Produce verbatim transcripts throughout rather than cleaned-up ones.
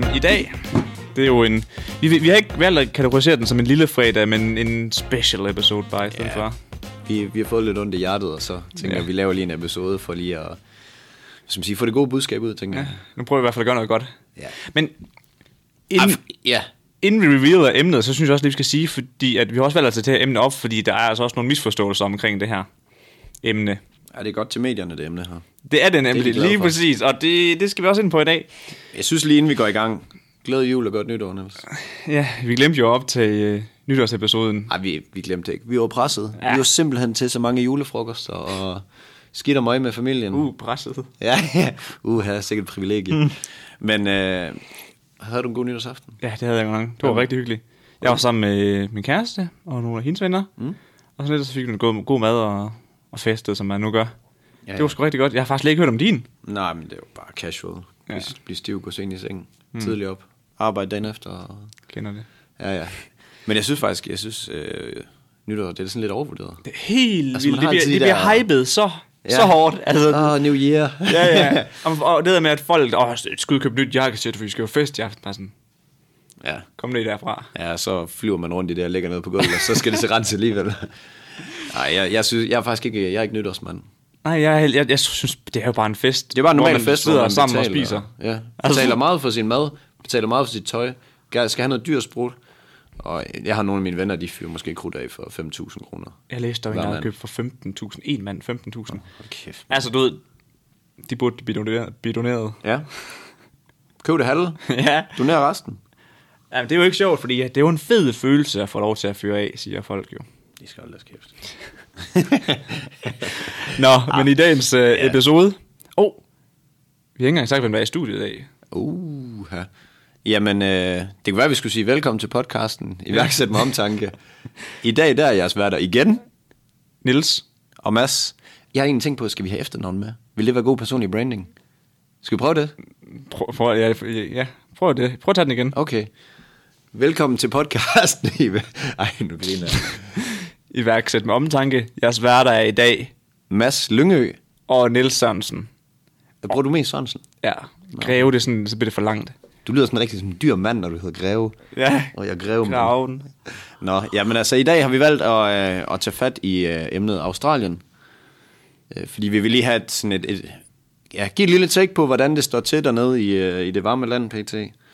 i dag, det er jo en... Vi, vi har ikke valgt at kategorisere den som en lille fredag, men en special episode bare i stedet for. Vi, vi har fået lidt ondt i hjertet, og så tænker jeg, ja. at vi laver lige en episode for lige at som sige, få det gode budskab ud, tænker jeg. Ja, nu prøver vi i hvert fald at gøre noget godt. Ja. Men inden, Af, ja. inden vi revealer emnet, så synes jeg også lige, vi skal sige, fordi at vi har også valgt at tage emnet op, fordi der er altså også nogle misforståelser omkring det her emne. Ja, det er godt til medierne, det emne her. Det er det nemlig, det er lige præcis, og det, det skal vi også ind på i dag. Jeg synes lige, inden vi går i gang, glædelig jul og godt nytår, Niels. Ja, vi glemte jo op til uh, nytårsepisoden. Nej, vi, vi glemte ikke. Vi var presset. Ja. Vi var simpelthen til så mange julefrokoster og skidt og møg med familien. Uh, presset. Ja, ja. Uh, her er sikkert et privilegie. Mm. Men øh, havde du en god nytårsaften? Ja, det havde jeg godt nok. Det var ja. rigtig hyggeligt. Jeg var sammen med min kæreste og nogle af hendes venner. Mm. Og så lidt så fik vi en god, god mad og, og festet, som man nu gør. Ja, det var sgu rigtig godt. Jeg har faktisk ikke hørt om din. Nej, men det er jo bare casual. Ja. Blive stiv, gå sent i sengen. Mm. Tidligt op. Arbejde dagen efter. Og... Kender det. Ja, ja. Men jeg synes faktisk, jeg synes, øh, nytår, det er sådan lidt overvurderet. Det er helt altså, vildt. Det bliver, det der... bliver hypet så, ja. så hårdt. Altså, åh, oh, New Year. ja, ja. Og, og det der med, at folk, åh, skal købe nyt jakkesæt, for vi skal jo fest i aften. Bare sådan, ja. Kom ned derfra. Ja, så flyver man rundt i det og ligger ned på gulvet, og så skal det se rense alligevel. Nej, jeg, jeg, synes, jeg er faktisk ikke, jeg er ikke nytårsmand. Nej, jeg, jeg, jeg synes, det er jo bare en fest. Det er bare en normal fest, hvor man sidder sammen og spiser. Ja, betaler altså, meget for sin mad, betaler meget for sit tøj, skal have noget dyrt sprut. Og jeg har nogle af mine venner, de fyrer måske krudt af for fem tusind kroner. Jeg læste, at jeg havde købt for femten tusind. En mand, femten tusind. Oh, kæft. Altså, du ved, de burde blive doneret. Blive doneret. Ja. Køb det halve. Ja. Doner resten. Ja, det er jo ikke sjovt, fordi det er jo en fed følelse at få lov til at fyre af, siger folk jo. De skal aldrig kæft. Nå, ah, men i dagens uh, ja. episode... Åh, oh, vi har ikke engang sagt, hvem der er i studiet i dag. Uh, ja. Jamen, øh, det kunne være, at vi skulle sige velkommen til podcasten Iværksæt med omtanke. I dag der er jeres værter igen. Niels. Og Mads. Jeg har egentlig tænkt på, skal vi have efternavn med? Vil det være god personlig branding? Skal vi prøve det? Prøv, prøv, ja, ja, prøv det. Prøv at tage den igen. Okay. Velkommen til podcasten. Ej, nu griner jeg. Iværksæt med omtanke. Jeres værter er i dag Mads Lyngø og Niels Sørensen. Bruger du mest Sørensen? Ja. Greve, det sådan, så bliver det for langt. Du lyder sådan rigtig som en dyr mand, når du hedder Greve. Ja, og jeg Greve. Graven. Nå, jamen altså i dag har vi valgt at, øh, at tage fat i øh, emnet Australien. Øh, fordi vi vil lige have et, sådan et, et ja, give et lille take på, hvordan det står til dernede i, øh, i det varme land, P T.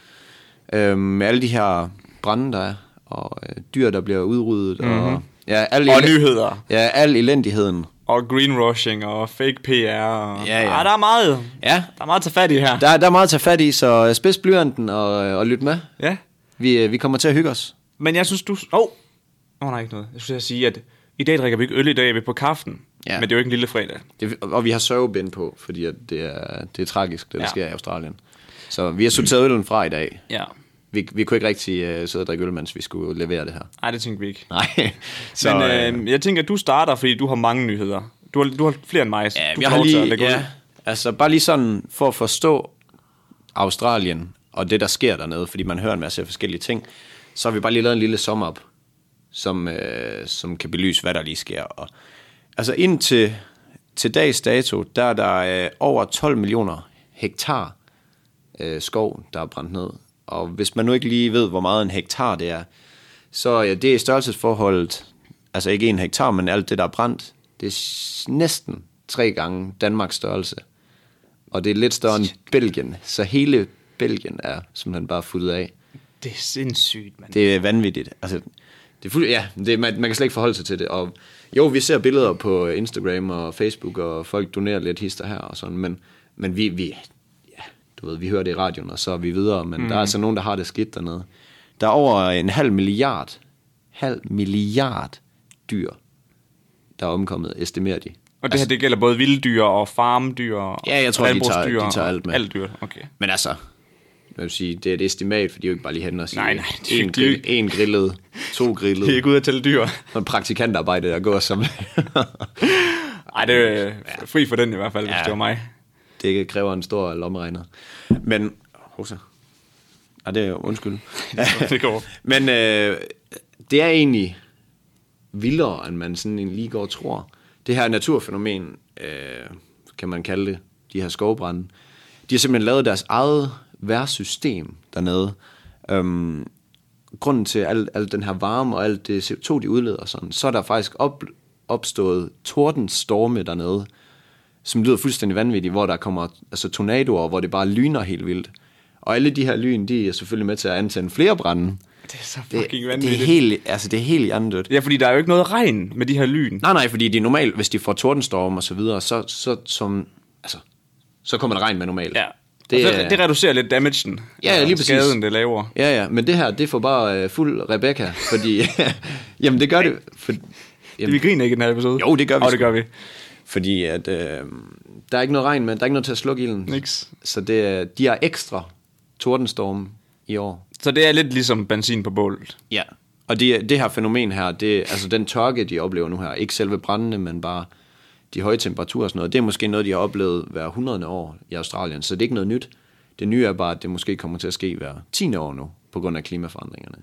Øh, med alle de her brande, der er, og øh, dyr, der bliver udryddet, mm-hmm. og, ja, al og nyheder. Ja, al elendigheden. Og greenwashing og fake P R. Og... Ja, ja. Ah, der er meget. Ja. Der er meget at tage fat i her. Der, der er meget at tage fat i, så spids blyanten og, og lyt med. Ja. Vi, vi kommer til at hygge os. Men jeg synes, du... Åh, oh. oh, nej, ikke noget. Jeg synes, jeg sige, at i dag drikker vi ikke øl, i dag er vi på kaffen. Ja. Men det er jo ikke en lille fredag. Det, og vi har sørgebind på, fordi at det, er, det er tragisk, det der ja. sker i Australien. Så vi har sorteret øllen fra i dag. Ja. Vi, vi kunne ikke rigtig uh, sidde og drikke øl, mens vi skulle levere det her. Nej, det tænkte vi ikke. Nej. Så, Men øh, jeg tænker, at du starter, fordi du har mange nyheder. Du har, du har flere end mig. Ja, du jeg har lige, ja, altså bare lige sådan, for at forstå Australien og det, der sker dernede, fordi man hører en masse forskellige ting, så har vi bare lige lavet en lille sum up, som, øh, som kan belyse, hvad der lige sker. Og, altså indtil til dags dato, der er der øh, over tolv millioner hektar øh, skov, der er brændt ned. Og hvis man nu ikke lige ved, hvor meget en hektar det er, så ja, det er størrelsesforholdet, altså ikke en hektar, men alt det, der er brændt, det er næsten tre gange Danmarks størrelse. Og det er lidt større end Belgien, så hele Belgien er simpelthen bare futtet af. Det er sindssygt, mand. Det er vanvittigt. Altså, det er fuld, ja, det, man, man kan slet ikke forholde sig til det. Og jo, vi ser billeder på Instagram og Facebook, og folk donerer lidt hister her og sådan, men, men vi, vi, ja, du ved, vi hører det i radioen, og så er vi videre, men mm. der er altså nogen, der har det skidt dernede. Der er over en halv milliard, halv milliard dyr, der er omkommet, estimerer de. Og det altså, her, det gælder både vilddyr og farmdyr og ja, jeg tror, de tager, de tager alt med. Alt dyr, okay. Men altså, jeg vil sige, det er et estimat, for de er jo ikke bare lige hen og sige, nej, nej, det en, grill, en grillet, to grillet. Det er ikke ud at tælle dyr. Sådan praktikantarbejde, der går som... Ej, det er ja. fri for den i hvert fald, ja, hvis det var mig. Det kræver en stor lommeregner. Men, hosa. Ej, det er jo undskyld. Det går. Men øh, det er egentlig vildere, end man sådan lige går og tror. Det her naturfænomen, øh, kan man kalde det, de her skovbrænde, de har simpelthen lavet deres eget vejrsystem dernede. Øhm, grunden til al, al den her varme og alt det C O to, de udleder og sådan, så er der faktisk op, opstået tordenstorme dernede, som lyder fuldstændig vanvittigt, hvor der kommer altså tornadoer, hvor det bare lyner helt vildt. Og alle de her lyn, de er selvfølgelig med til at antænde flere brænde. Det er så fucking det, vanvittigt. Det er helt, altså det er helt hjernedødt. Ja, fordi der er jo ikke noget regn med de her lyn. Nej, nej, fordi de er normalt, hvis de får tordenstorm og så videre, så, så, som, altså, så kommer der regn med normalt. Ja. Det, det, det reducerer lidt damagen. Ja, lige præcis. Skaden, det laver. Ja, ja, men det her, det får bare uh, fuld Rebecca, fordi, jamen det gør det. For, jamen, vi griner ikke i den her episode. Jo, det gør vi. Og det gør vi. Fordi at, øh, der er ikke noget regn med, der er ikke noget til at slukke ilden. Niks. Så det, de har ekstra tordenstorm i år. Så det er lidt ligesom benzin på bålet. Ja, og det, det her fænomen her, det, altså den tørke, de oplever nu her, ikke selve brændende, men bare de høje temperaturer og sådan noget, det er måske noget, de har oplevet hver hundrede år i Australien, så det er ikke noget nyt. Det nye er bare, at det måske kommer til at ske hver tiende år nu, på grund af klimaforandringerne.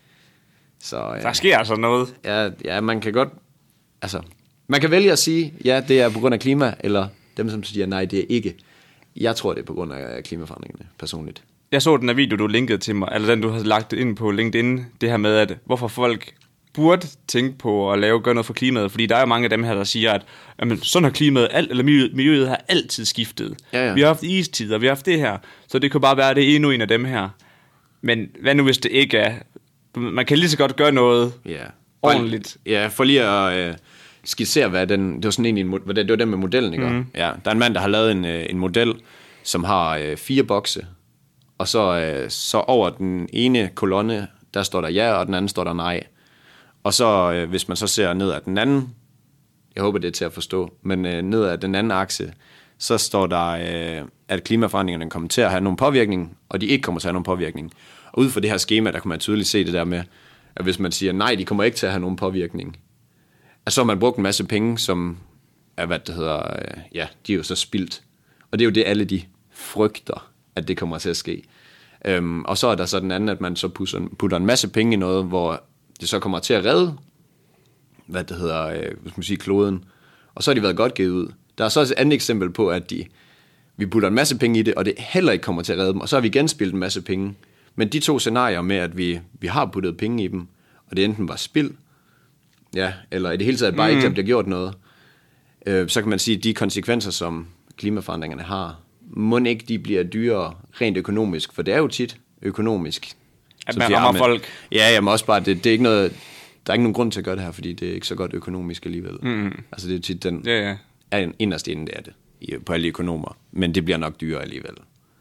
Så, ja, der sker altså noget. Ja, ja, man kan godt, altså, man kan vælge at sige, ja, det er på grund af klima, eller dem, som siger, nej, det er ikke. Jeg tror, det er på grund af klimaforandringerne, personligt. Jeg så den her video, du linkede til mig, eller den, du har lagt ind på LinkedIn, det her med, at hvorfor folk burde tænke på at lave, gøre noget for klimaet, fordi der er jo mange af dem her, der siger, at jamen, sådan har klimaet, alt, eller miljøet, miljøet har altid skiftet. Ja, ja. Vi har haft istider, vi har haft det her, så det kan bare være, det er endnu en af dem her. Men hvad nu, hvis det ikke er? Man kan lige så godt gøre noget ja. ordentligt. Ja, for lige at øh, skitsere, hvad den, det var sådan egentlig, hvad det, det var den med modellen, ikke? Mm. Ja, der er en mand, der har lavet en, en model, som har øh, fire bokse, og så, øh, så over den ene kolonne, der står der ja, og den anden står der nej. Og så, øh, hvis man så ser ned ad den anden, jeg håber, det er til at forstå, men øh, ned ad den anden akse, så står der, øh, at klimaforandringerne kommer til at have nogen påvirkning, og de ikke kommer til at have nogen påvirkning. Og ud fra det her schema, der kan man tydeligt se det der med, at hvis man siger, nej, de kommer ikke til at have nogen påvirkning, så har man brugt en masse penge, som er, hvad det hedder, øh, ja, de er jo så spildt. Og det er jo det, alle de frygter, at det kommer til at ske. Øhm, og så er der så den anden, at man så putter, putter en masse penge i noget, hvor det så kommer til at redde, hvad det hedder, øh, hvis man siger kloden. Og så har de været godt givet ud. Der er så et andet eksempel på, at de, vi putter en masse penge i det, og det heller ikke kommer til at redde dem. Og så har vi igen spildt en masse penge. Men de to scenarier med, at vi, vi har puttet penge i dem, og det enten var spild, ja, eller i det hele taget bare mm. ikke, der bliver gjort noget, øh, så kan man sige, at de konsekvenser, som klimaforandringerne har, må ikke de bliver dyrere rent økonomisk, for det er jo tit økonomisk. At man rammer folk. Ja, jamen også bare, det, det er ikke noget, der er ikke nogen grund til at gøre det her, fordi det er ikke så godt økonomisk alligevel. Mm. Altså det er tit den, ja, ja. er en inderst inde, det er det, på alle økonomer, men det bliver nok dyrere alligevel.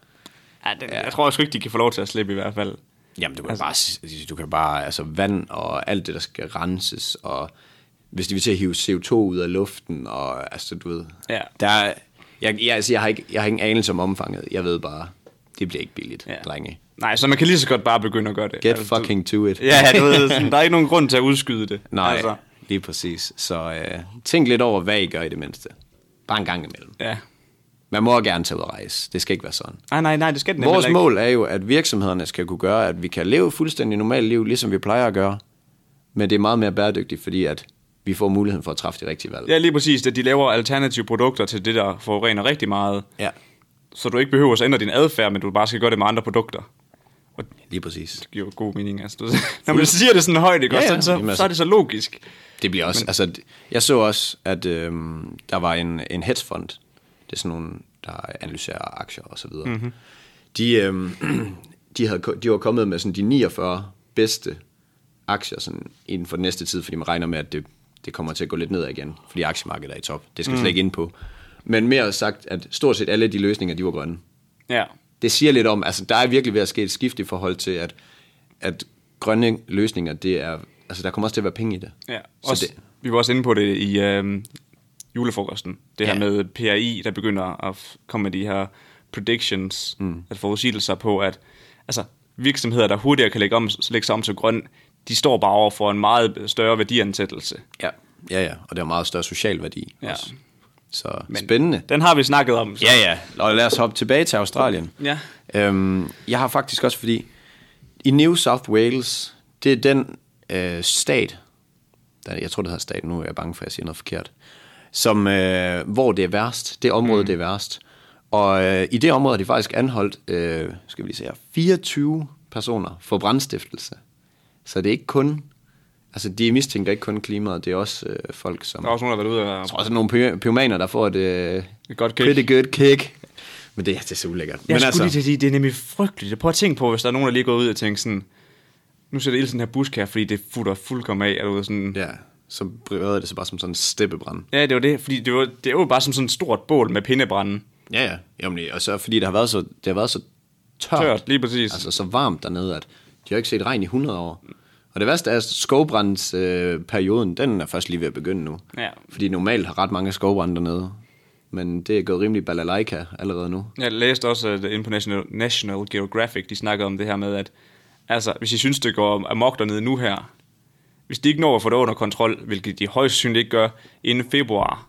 Ja, det, ja. Jeg tror også ikke, de kan få lov til at slippe i hvert fald. Jamen, du kan altså. bare, du kan bare, altså vand og alt det, der skal renses, og hvis de vil til at hive C O to ud af luften, og altså, du ved, ja. der er, jeg, jeg, altså, jeg, har ikke, jeg har ingen anelse om omfanget, jeg ved bare, det bliver ikke billigt, ja. drenge. Nej, så man kan lige så godt bare begynde at gøre det. Get altså, fucking du, to it. Ja, du ved, sådan, der er ikke nogen grund til at udskyde det. Nej, altså. Lige præcis. Så øh, tænk lidt over, hvad I gør i det mindste. Bare en gang imellem. Ja. Man må gerne tage ud og rejse. Det skal ikke være sådan. Nej, nej, nej, det skal det Vores mål er jo, at virksomhederne skal kunne gøre, at vi kan leve fuldstændig normalt liv, ligesom vi plejer at gøre. Men det er meget mere bæredygtigt, fordi at vi får muligheden for at træffe de rigtige valg. Ja, lige præcis. At de laver alternative produkter til det, der forurener rigtig meget. Ja. Så du ikke behøver at ændre din adfærd, men du bare skal gøre det med andre produkter. Og lige præcis. Det giver jo god mening. Altså. Når man siger det sådan højt, ikke? Ja, ja. Så, så, Jamen, så er det så logisk. Det bliver også, men, altså, jeg så også, at øhm, der var en, en hedgefond. Det er sådan nogle, der analyserer aktier og så videre. Mm-hmm. De, øhm, de, havde, de var kommet med sådan de niogfyrre bedste aktier sådan, inden for den næste tid, fordi man regner med, at det, det kommer til at gå lidt nedad igen, fordi aktiemarkedet er i top. Det skal mm. slet ikke ind på. Men mere sagt, at stort set alle de løsninger, de var grønne. Ja. Det siger lidt om, altså der er virkelig ved at ske et skift i forhold til, at, at grønne løsninger, det er, altså der kommer også til at være penge i det. Ja, også, det. Vi var også inde på det i øh, julefrokosten. Det her ja. med P R I, der begynder at komme med de her predictions, mm. at forudsigelser på, at altså, virksomheder, der hurtigere kan lægge, om, lægge sig om til grøn, de står bare over for en meget større værdiansættelse. Ja, ja, ja. Og det er meget større social værdi ja. også. Så men spændende. Den har vi snakket om. Så. Ja, ja. Og lad os hoppe tilbage til Australien. Ja. Øhm, jeg har faktisk også, fordi i New South Wales, det er den øh, stat, der, jeg tror det hedder stat, nu er jeg bange for, at jeg siger noget forkert, som, øh, hvor det er værst, det område, mm. det er værst. Og øh, i det område har de faktisk anholdt, øh, skal vi lige se her, fireogtyve personer for brandstiftelse. Så det er ikke kun, altså de mistænker ikke kun klimaet, det er også øh, folk, som... Der er også nogen, der har været ude af... Jeg tror også nogle py- pyromaner, der får et, øh, et godt kick. pretty good kick. Men det, det er så ulækkert. Jeg Men skulle altså, lige til at sige, det er nemlig frygteligt. Prøv at tænke på, hvis der er nogen, der lige går ud og tænker sådan, nu sætter ild sådan her busk her, fordi det futter fuldkommen af. Eller sådan. ja, så breder det sig bare som sådan en steppebrand. Ja, det var det, fordi det, var, det er jo bare som sådan et stort bål med pindebranden. Ja, ja. Jamen, og så fordi det har været så, det har været så tørt. Tørt, lige præcis. Altså så varmt dernede, at de har ikke set regn i hundrede år. Og det værste er, at skovbrandsperioden, øh, den er først lige ved at begynde nu. Ja. Fordi normalt har ret mange skovbrande dernede. Men det er gået rimelig balalaika allerede nu. Jeg læste også, at inde på National, National Geographic, de snakkede om det her med, at altså, hvis I synes, det går amok dernede nu her, hvis de ikke når at få det under kontrol, hvilket de højst sandsynligt ikke gør inden februar,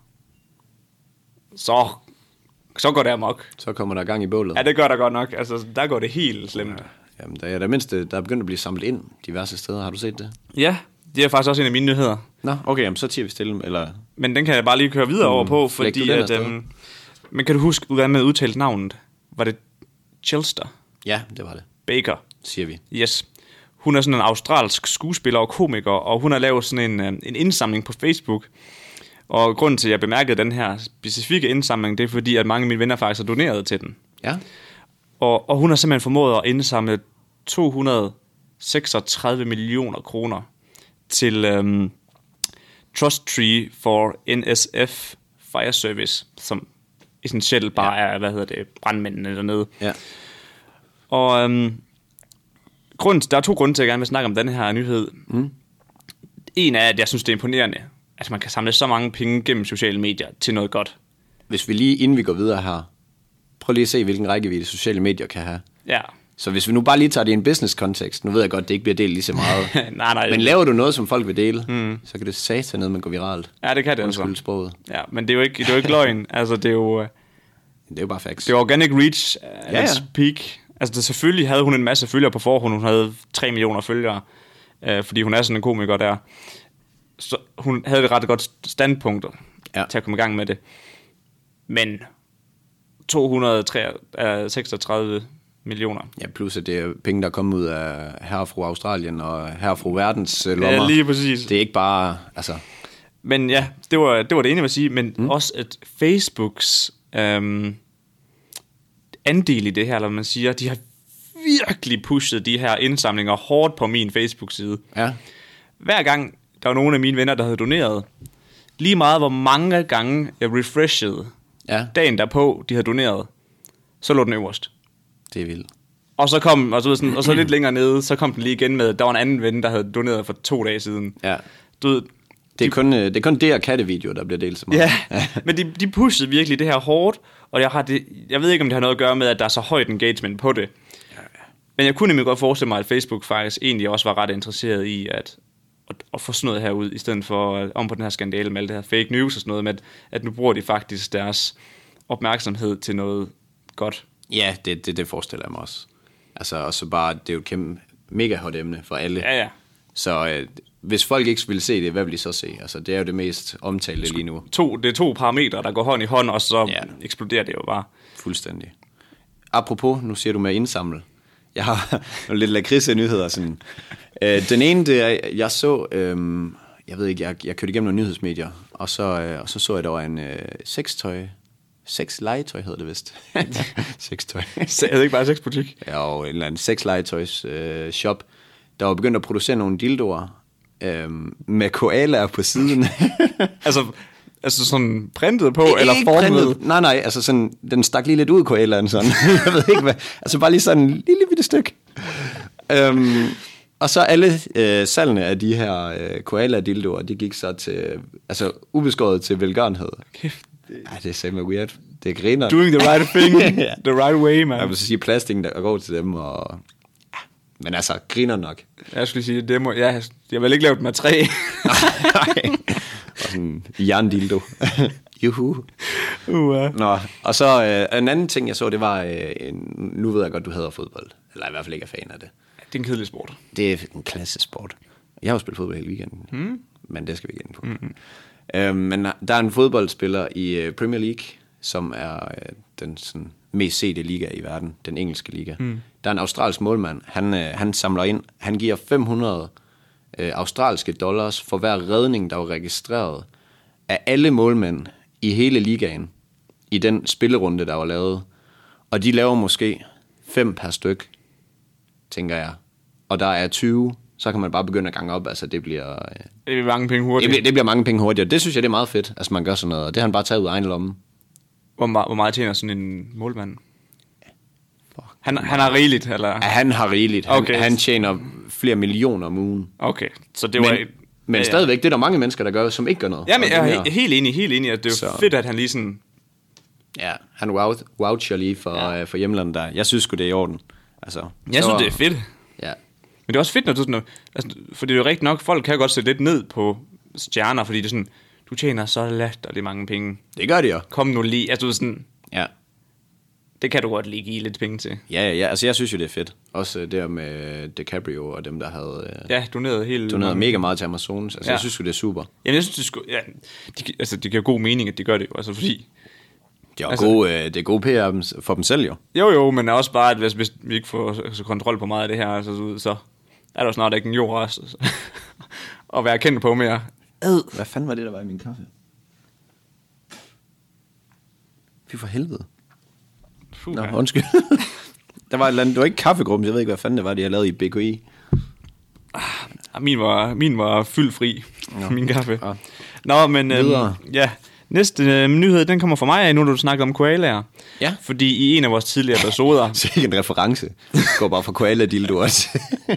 så, så går det amok. Så kommer der gang i bålet. Ja, det gør der godt nok. Altså, der går det helt slemt. Ja. Jamen, der er der mindst, der er begyndt at blive samlet ind diverse steder. Har du set det? Ja, det er faktisk også en af mine nyheder. Nå, okay, jamen, så tiger vi stille. Eller... Men den kan jeg bare lige køre videre mm, over på, fordi at... Øhm, men kan du huske, hvordan man udtalte navnet? Var det Chester? Ja, det var det. Baker. Siger vi. Yes. Hun er sådan en australsk skuespiller og komiker, og hun har lavet sådan en, en indsamling på Facebook. Og grunden til, at jeg bemærkede den her specifikke indsamling, det er fordi, at mange af mine venner faktisk har doneret til den. Ja. Og, og hun har simpelthen formået at indsamle to hundrede seksogtredive millioner kroner til øhm, Trust Tree for N S F Fire Service, som essentielt bare ja. er, hvad hedder det, brandmændene dernede. Ja. Og øhm, grunden, der er to grunde til, at jeg gerne vil snakke om den her nyhed. Mm. En er, at jeg synes, det er imponerende, at man kan samle så mange penge gennem sociale medier til noget godt. Hvis vi lige, inden vi går videre her, prøv lige at se, hvilken rækkevidde sociale medier kan have. Ja. Så hvis vi nu bare lige tager det i en business-kontekst, nu ved jeg godt, det ikke bliver delt lige så meget. nej, nej. Men laver du noget, som folk vil dele, mm. så kan det satan ned, man går viralt. Ja, det kan det altså. Sproget. Ja, men det er jo ikke, det er jo ikke løgn. Altså, det er jo... Det er jo bare facts. Det er organic reach at ja, ja. its peak. Altså, det, selvfølgelig havde hun en masse følgere på forhånd. Hun havde tre millioner følgere, øh, fordi hun er sådan en komiker der. Så hun havde et ret godt standpunkt ja. til at komme i gang med det. Men to hundrede seksogtredive millioner. Ja, plus at det er penge, der er kommet ud af herre og fru Australien og herre og fru verdens lommer. Ja, lige præcis. Det er ikke bare, altså... Men ja, det var det, var det ene, jeg vil sige. Men mm. også at Facebooks øhm, andel i det her, eller man siger, de har virkelig pushet de her indsamlinger hårdt på min Facebook-side. Ja. Hver gang der var nogle af mine venner, der havde doneret, lige meget hvor mange gange jeg refreshede ja. dagen derpå, de havde doneret, så lå den øverst. Det er vildt. Og så kom, og så, sådan, og så lidt længere nede, så kom den lige igen med, der var en anden ven, der havde doneret for to dage siden. Ja. Du ved, det er, kun, det er kun det og kattevideoer, der bliver delt så meget. Ja, men de, de pushede virkelig det her hårdt, og jeg, har det, jeg ved ikke, om det har noget at gøre med, at der er så højt engagement på det. Ja. Men jeg kunne nemlig godt forestille mig, at Facebook faktisk egentlig også var ret interesseret i at, at, at få sådan noget her ud, i stedet for om på den her skandale med alt det her fake news og sådan noget, med at, at nu bruger de faktisk deres opmærksomhed til noget godt. Ja, det, det, det forestiller jeg mig også. Altså også bare, det er jo et kæmpe, mega hot emne for alle. Ja, ja. Så øh, hvis folk ikke vil se det, hvad vil de så se? Altså det er jo det mest omtalte lige nu. To, det er to parametre, der går hånd i hånd, og så ja. eksploderer det jo bare. Fuldstændig. Apropos, nu siger du med at indsamle. Jeg har nogle lidt lakridse nyheder. Sådan. Øh, den ene, det er, jeg så, øh, jeg ved ikke, jeg, jeg kørte igennem nogle nyhedsmedier, og så, øh, og så så jeg, der var en øh, sextøj, sex-legetøj hedder det vist. Sextøj. Er det ikke bare sexbutik? Ja, og en eller anden sex-legetøjs øh, shop, der var begyndt at producere nogle dildoer øh, med koalaer på siden. altså, altså sådan printet på, eller formet? Printet. Nej, nej, altså sådan, den stak lige lidt ud, koalaen sådan. Jeg ved ikke hvad. Altså bare lige sådan en lille bitte stykke. øhm, og så alle øh, salgene af de her øh, koala-dildoer, de gik så til, altså ubeskåret til velgørenhed. Kæft. Ej, det er simpelthen weird. Det griner. Doing the right thing, the right way, man. Jeg vil så sige, plastikken der går til dem, og... Men altså, griner nok. Jeg skulle sige, det må... Ja, jeg vil ikke lave det med træ. Nej. Og sådan en jerndildo. Juhu. Uh-huh. Nå, og så øh, en anden ting, jeg så, det var... Øh, en, nu ved jeg godt, du hader fodbold. Eller i hvert fald ikke er fan af det. Det er en kedelig sport. Det er en klasse sport. Jeg har jo spillet fodbold hele weekenden. Hmm. Men det skal vi ikke ind på. Mm-hmm. Øh, men der er en fodboldspiller i Premier League, som er... Øh, den sådan, mest sete liga i verden, den engelske liga. Mm. Der er en australsk målmand, han, øh, han samler ind, han giver fem hundrede øh, australske dollars for hver redning, der var registreret af alle målmænd i hele ligaen, i den spillerunde, der var lavet. Og de laver måske fem per styk, tænker jeg. Og der er tyve, så kan man bare begynde at gange op, altså det bliver... Øh, det bliver mange penge hurtigt. Det bliver, det bliver mange penge hurtigt, og det synes jeg, det er meget fedt, altså man gør sådan noget, og det har han bare taget ud af egen lomme. Hvor, meget, hvor meget tjener sådan en målmand? Han, han har rigeligt, eller? Ja, han har rigeligt. Han, okay. han tjener flere millioner om ugen. Okay, så det var... Men, men ja, stadigvæk, det er der mange mennesker, der gør, som ikke gør noget. Jamen, jeg er he- helt enig, helt enig, at det er så fedt, at han lige sådan... Ja, han voucher lige for, ja. uh, for hjemlandet der. Jeg synes sgu, det er i orden. Altså, jeg synes, var, det er fedt. Ja. Men det er også fedt, når du sådan... Altså, for det er jo rigtigt nok, folk kan godt sætte lidt ned på stjerner, fordi det er sådan... Du tjener så latterligt mange penge. Det gør de jo. Kom nu lige, altså du er sådan... Ja. Det kan du godt lige give lidt penge til. Ja, ja, altså jeg synes jo, det er fedt. Også der med DiCaprio og dem, der havde... Ja, doneret helt... Doneret mega meget til Amazonas. Altså ja. Jeg synes jo, det er super. Jamen jeg synes, det, skulle, ja, de, altså, det giver god mening, at de gør det jo. Altså fordi... Det er altså, gode, øh, det er gode P R for dem selv jo. Jo jo, men også bare, at hvis, hvis vi ikke får altså, kontrol på meget af det her, altså, så er der jo snart ikke en jord altså, at være kendt på mere. Ad. Hvad fanden var det, der var i min kaffe? Fy for helvede. Fuh, Nå, ja. Undskyld. Der var et eller andet, det var ikke kaffegruppen, jeg ved ikke, hvad fanden det var, de havde lavet i B K I. Ah, min var, min var fyldt fri, ja. Min kaffe. Ja. Nå, men øhm, ja, næste øh, nyhed, den kommer fra mig af, nu du snakker om koalaer. Ja. Fordi i en af vores tidligere episoder... Så ikke en reference. Det går bare fra koala-dildo også.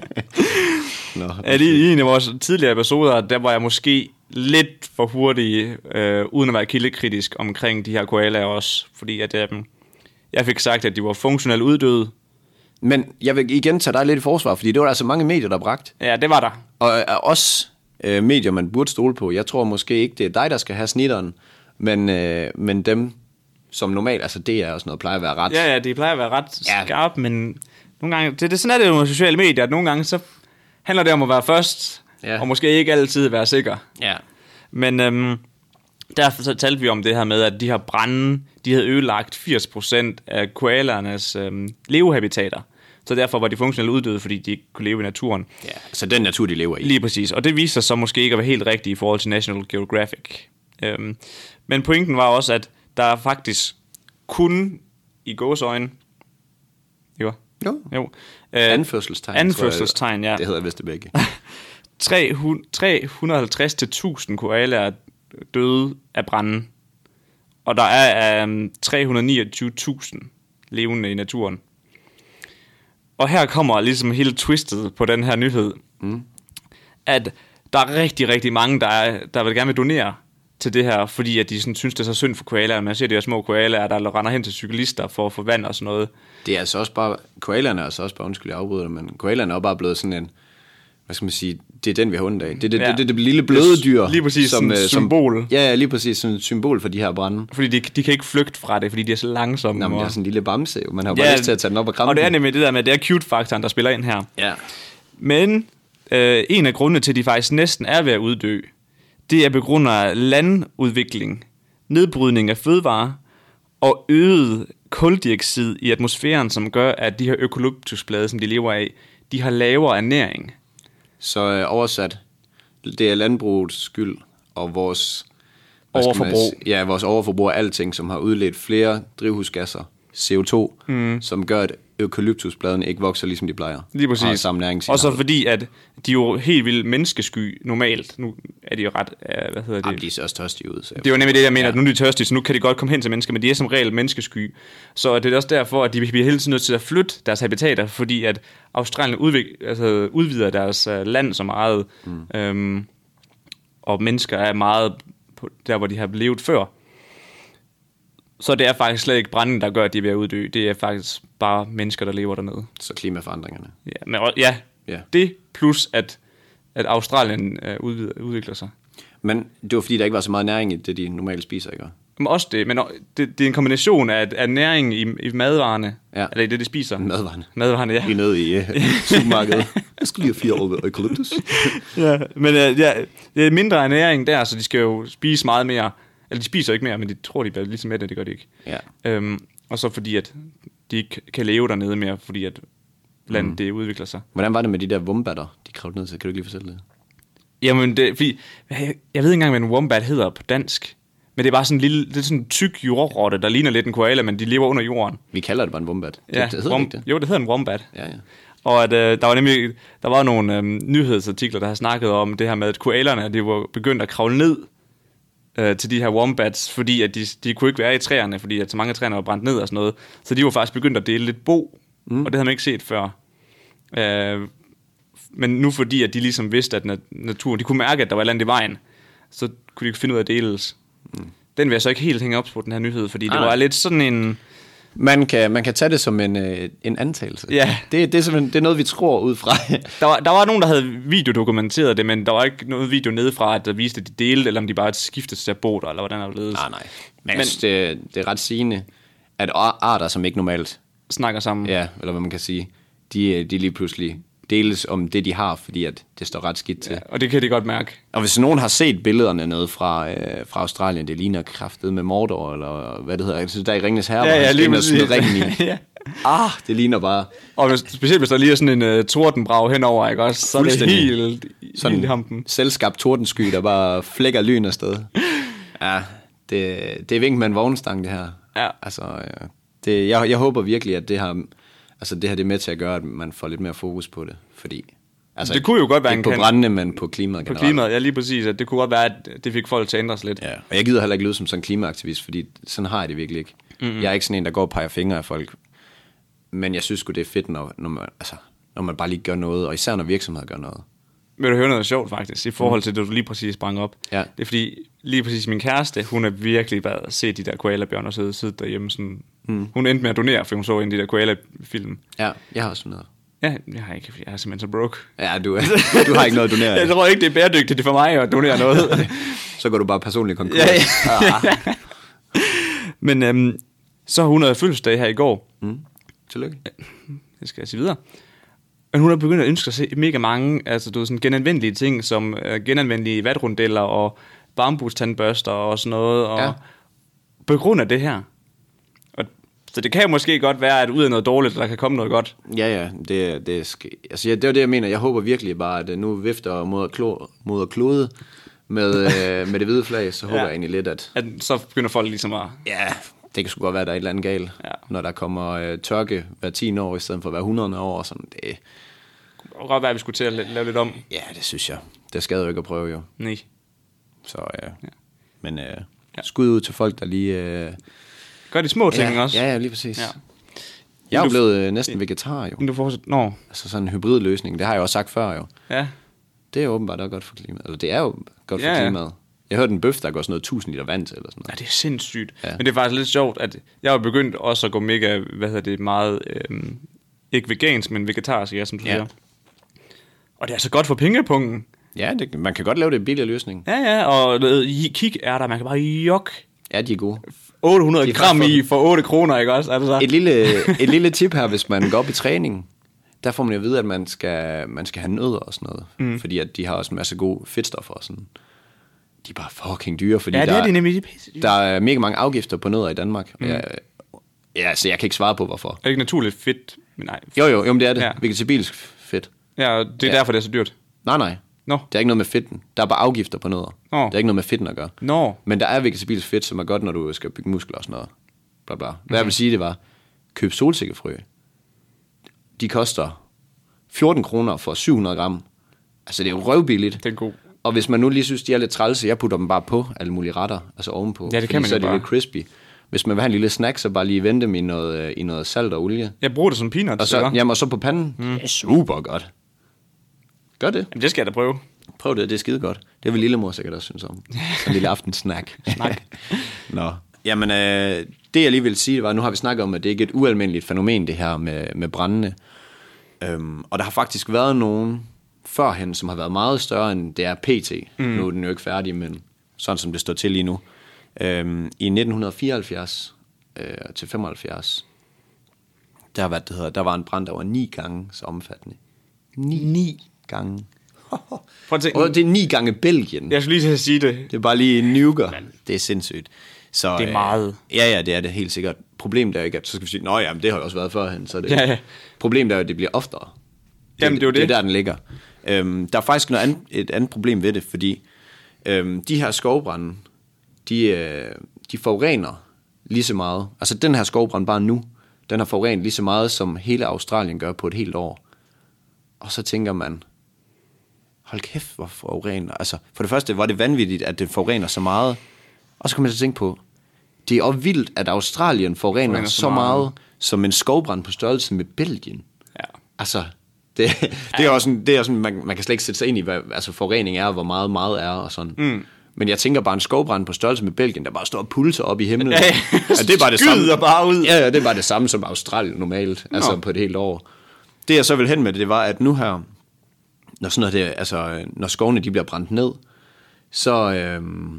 Nå, at i, i en af vores tidligere episoder, der var jeg måske lidt for hurtig, øh, uden at være kildekritisk omkring de her koalaer også. Fordi at, øh, jeg fik sagt, at de var funktionelt uddøde. Men jeg vil igen tage dig lidt i forsvar, fordi det var der altså mange medier, der bragt. Ja, det var der. Og øh, også øh, medier, man burde stole på. Jeg tror måske ikke, det er dig, der skal have snitteren, men, øh, men dem, som normalt, altså det er også noget, plejer at være ret... Ja, ja, det plejer at være ret skarpt, ja. Men nogle gange... Det, det, sådan er det jo med sociale medier, at nogle gange så handler det om at være først, ja. Og måske ikke altid være sikker. Ja. Men øhm, derfor så talte vi om det her med, at de her brande, de havde ødelagt firs procent af koalernes øhm, levehabitater. Så derfor var de funktionelt uddøde, fordi de ikke kunne leve i naturen. Ja, så den natur, de lever i. Lige præcis, og det viser sig så måske ikke at være helt rigtigt i forhold til National Geographic. Øhm, men pointen var også, at der faktisk kun i gåseøjne... Jo. Jo. jo øh, anførselstegn. Anførselstegn, ja. Det hedder vist det begge. tre hundrede og halvtreds til tusind koalaer døde af branden. Og der er um, tre hundrede og niogtyve tusind levende i naturen. Og her kommer ligesom hele twistet på den her nyhed. Mm. At der er rigtig, rigtig mange, der, er, der vil gerne vil donere til det her, fordi at de sådan, synes, det er så synd for koalaer. Man ser de her små koalaer, der render hen til cyklister for at få vand og sådan noget. Det er altså også bare, koalaerne er altså også bare, undskyld, jeg afbryder, men koalaerne er bare blevet sådan en, hvad skal man sige, det er den, vi har ondt af. Det er det, ja. det, det, det, det lille bløde dyr. Lige præcis, som et symbol. Som, ja, lige præcis, sådan et symbol for de her brande. Fordi de, de kan ikke flygte fra det, fordi de er så langsomme. Nå, men det er sådan en lille bamse, man har jo bare ja, lyst til at tage den op og kramme. Og det er nemlig det der med, det er cute-faktoren, der spiller ind her. Ja. Men øh, en af grundene til, at de faktisk næsten er ved at uddø, det er begrundet af landudvikling, nedbrydning af fødevarer og øget kuldioxid i atmosfæren, som gør, at de her eukalyptusblade, som de lever af, de har lavere ernæring. Så øh, oversat, det er landbrugets skyld og vores overforbrug. Ja, vores overforbrug af alting, som har udledt flere drivhusgasser, C O to, mm. som gør, at eukalyptusbladene ikke vokser, ligesom de plejer. Lige præcis. Og, og så fordi, at de er jo helt vildt menneskesky normalt. Nu er de jo ret, uh, hvad hedder det? Jamen, de ser også tørstige ud. Så det er jo nemlig det, jeg mener, ja. At nu er de tørstige, så nu kan de godt komme hen til mennesker, men de er som regel menneskesky. Så det er også derfor, at de bliver hele tiden nødt til at flytte deres habitater, fordi at Australien udvik- altså udvider deres uh, land så meget, mm. øhm, og mennesker er meget på der, hvor de har levet før. Så det er faktisk slet ikke branden, der gør, at de er ved at uddø. Det er faktisk bare mennesker, der lever dernede. Så klimaforandringerne. Ja, men, ja, ja. Det plus, at, at Australien øh, udvider, udvikler sig. Men det var fordi, der ikke var så meget næring i det, de normalt spiser, ikke? Men også det, men det, det er en kombination af, af næring i, i madvarerne, ja. Eller i det, de spiser. Madvarerne. Madvarerne, ja. Vi er nede i uh, supermarkedet. Jeg skulle lige have fire år eukalyptus. Ja, men uh, ja, det er mindre af næring der, så de skal jo spise meget mere. Eller de spiser ikke mere, men de tror, de bliver ligesom med det, det gør de ikke. Ja. Øhm, Og så fordi, at de ikke kan leve dernede mere, fordi at landet mm. det udvikler sig. Hvordan var det med de der wombatter, de kravlede ned til? Kan du ikke lige fortælle det? Jamen, det, fordi, jeg, jeg ved ikke engang, hvad en wombat hedder på dansk. Men det er bare sådan en lille, det er sådan en tyk jordrotte, der ligner lidt en koala, men de lever under jorden. Vi kalder det bare en wombat. Ja, det, det hedder wom- ikke det. Jo, det hedder en wombat. Ja, ja. Og at, øh, der var nemlig, der var nogle øh, nyhedsartikler, der har snakket om det her med, at koalerne, de var begyndt at kravle ned øh, til de her wombats, fordi at de, de kunne ikke være i træerne, fordi at så mange træer var brændt ned og sådan noget. Så de var faktisk begyndt at dele lidt bo, mm. og det havde man ikke set før. Øh, men nu fordi, at de ligesom vidste, at nat- naturen, de kunne mærke, at der var et eller andet i vejen, så kunne de ikke finde ud af at deles. Mm. Den vil jeg så ikke helt hænge op på, den her nyhed, fordi det ah, var lidt sådan en... Man kan, man kan tage det som en, øh, en antagelse. Ja. Det, det, er simpelthen, det er noget, vi tror ud fra. der, var, der var nogen, der havde videodokumenteret det, men der var ikke noget video nedefra, at der viste, at de delte, eller om de bare skiftede til at bo der, eller hvordan der var ledes. Nej, nej. Men, men det, det er ret sigende, at arter, som ikke normalt snakker sammen. Ja, eller hvad man kan sige, de, de lige pludselig deles om det, de har, fordi at det står ret skidt til. Ja, og det kan de godt mærke. Og hvis nogen har set billederne nede fra, øh, fra Australien, det ligner kraftet med Mordor, eller hvad det hedder, jeg synes, der er i Ringenes Herre, ja, ja, hvor han skal ind og smide præcis. ringen i. ja. Ah, det ligner bare... Og hvis, specielt hvis der lige er sådan en uh, tordenbrag henover, ikke også? Så er det helt, sådan helt i hampen. Selvskabt tordensky, der bare flækker lyn afsted. Ja, det, det er vink med en vognstang, det her. Ja. Altså, ja, det, jeg, jeg håber virkelig, at det her, altså det her det er med til at gøre, at man får lidt mere fokus på det, fordi... Altså, det kunne jo godt være ikke en på kan... brændende, men på klimaet på generelt. På klimaet, ja lige præcis. At det kunne godt være, at det fik folk til at ændre sig lidt. Ja. Og jeg gider heller ikke lyde som sådan en klimaaktivist, fordi sådan har jeg det virkelig ikke. Mm-hmm. Jeg er ikke sådan en, der går og peger fingre af folk. Men jeg synes sgu, det er fedt, når, når, man, altså, når man bare lige gør noget, og især når virksomheder gør noget. Vil du høre noget sjovt faktisk, i forhold til det, du lige præcis sprang op? Ja. Det er fordi, lige præcis min kæreste, hun er virkelig bare set de der koalabjørner sidde, sidde derhjemme. Sådan, mm. Hun endte med at donere, for hun så en af de der koala-film. Ja, jeg har også sådan noget. Ja, jeg har ikke, jeg er simpelthen så broke. Ja, du, du har ikke noget at donere. Jeg tror ikke, det er bæredygtigt for mig at donere noget. Så går du bare personligt konkurs. Ja, ja. ja. Men øhm, så har hun havde fødselsdag her i går. Mm. Tillykke. Det skal jeg sige videre. Men hun har begyndt at ønske sig mega mange, altså du ved, sådan genanvendelige ting, som uh, genanvendelige vatrundeller og bambustandbørster og sådan noget. Og ja. På grund af det her. Og, så det kan jo måske godt være, at ud af noget dårligt, der kan komme noget godt. Ja, ja. Det, det, skal, altså, det er det, jeg mener. Jeg håber virkelig bare, at nu vifter moder, klo, moder klode med, øh, med det hvide flag, så håber ja. jeg egentlig lidt, at... at... Så begynder folk ligesom at... Ja, det kan sgu godt være, at der er et eller andet galt. Ja. Når der kommer øh, tørke hver ti år, i stedet for hver hundrede år. Sådan, det Det kunne godt være, at vi skulle til at lave lidt om. Ja, det synes jeg. Det skal jo ikke at prøve, jo. Nej. Så, øh, ja. Men øh, ja. skud ud til folk, der lige... Øh, Gør de små ting ja, også. Ja, ja, lige præcis. Ja. Jeg er jo du, blevet øh, næsten vegetar, jo. Men du får Nå. Altså sådan en hybridløsning, det har jeg også sagt før, jo. Ja. Det er åbenbart også godt for klimaet. Eller det er jo godt for ja, ja. klimaet. Jeg hørte en bøf, der går sådan noget tusind liter vand til, eller sådan noget. Ja, det er sindssygt. Ja. Men det er faktisk lidt sjovt, at jeg har begyndt også at gå mega, hvad hedder det, meget, øhm, ikke vegansk, men vegetarisk, ja, som du ja. siger. Og det er så godt for pengepunkten. Ja, det, man kan godt lave det billigere løsning. Ja, ja, og kig er der, man kan bare jok. Ja, de er gode. otte hundrede gram i for otte kroner, ikke også? Er det så? Et lille, et lille tip her, hvis man går op i træning, der får man jo at vide, at man skal, man skal have nødder og sådan noget. Mm. Fordi at de har også en masse gode fedtstoffer og sådan. De er bare fucking dyre, fordi ja, det der, er de nemlig, de er der er mega mange afgifter på nødder i Danmark. Mm. Jeg, ja, så jeg kan ikke svare på, hvorfor. Er det ikke naturligt fedt? Men nej. Jo, jo, jo, men det er det. Ja. Vegetabilsk fedt. Ja, det er ja. derfor, det er så dyrt. Nej, nej. No. Det er ikke noget med fedten. Der er bare afgifter på nødder. No. Det er ikke noget med fedten at gøre. No. Men der er vegetabilsk fedt, som er godt, når du skal bygge muskler og sådan noget. Bla bla. Hvad mm-hmm. jeg vil sige, det var, køb solsikkefrø. De koster fjorten kroner for syv hundrede gram. Altså, det er jo røvbilligt. Det er god. Og hvis man nu lige synes, de er lidt trælse, jeg putter dem bare på alle mulige retter, altså ovenpå. Ja, det kan man så jo er de bare. lidt crispy. Hvis man vil have en lille snack, så bare lige vente dem i noget, i noget salt og olie. Jeg bruger det som peanuts, og så, jamen, og så på panden. Mm. Det er super godt. Gør det. Jamen, det skal jeg da prøve. Prøv det, det er skide godt. Det vil lillemor sikkert også synes om. En lille aftensnack. Snak. Nå. Jamen, øh, det jeg lige vil sige, var, nu har vi snakket om, at det ikke er et ualmindeligt fænomen, det her med, med brændende. Øhm, og der har faktisk været nogen førhen, som har været meget større, end det er P T. Mm. Nu er den jo ikke færdig, men sådan som det står til lige nu. Øhm, I nitten fireoghalvfjerds øh, til femoghalvfjerds, der, hvad det hedder, der var en brand, der var ni gange så omfattende. Ni, ni gange. Og det er ni gange Belgien. Jeg skulle lige til at sige det. Det er bare lige nuker. Det er sindssygt. Så, det er meget. Øh, ja, ja, det er det helt sikkert. problemet er ikke, at så skal vi sige, nå ja, men det har jo også været førhen, så det, ja, ja. problemet er, at det bliver oftere. Det, Jamen, det er jo det. Det er der, den ligger. Øhm, der er faktisk noget andet, et andet problem ved det, fordi øhm, de her skovbrænde, de, øh, de forurener lige så meget. Altså den her skovbrand bare nu, den har forurenet lige så meget, som hele Australien gør på et helt år. Og så tænker man, hold kæft, hvor forurener. Altså for det første var det vanvittigt, at det forurener så meget. Og så kan man så tænke på, det er også vildt, at Australien forurener, forurener så, så meget, meget, som en skovbrand på størrelse med Belgien. Ja. Altså, det, det er også sådan, det er sådan man, man kan slet ikke sætte sig ind i, hvad altså, forurening er, hvor meget meget er og sådan. Mm. Men jeg tænker bare en skovbrand på størrelse med Belgien, der bare står og pulser op i himlen. Ja, ja. Altså, det er bare det samme. Bare ud. Ja, ja, det er bare det samme som Australien normalt, altså Nå. På et helt år. Det jeg så vil hen med det, det var, at nu her, når sådan noget det, altså når skovene de bliver brændt ned, så øhm,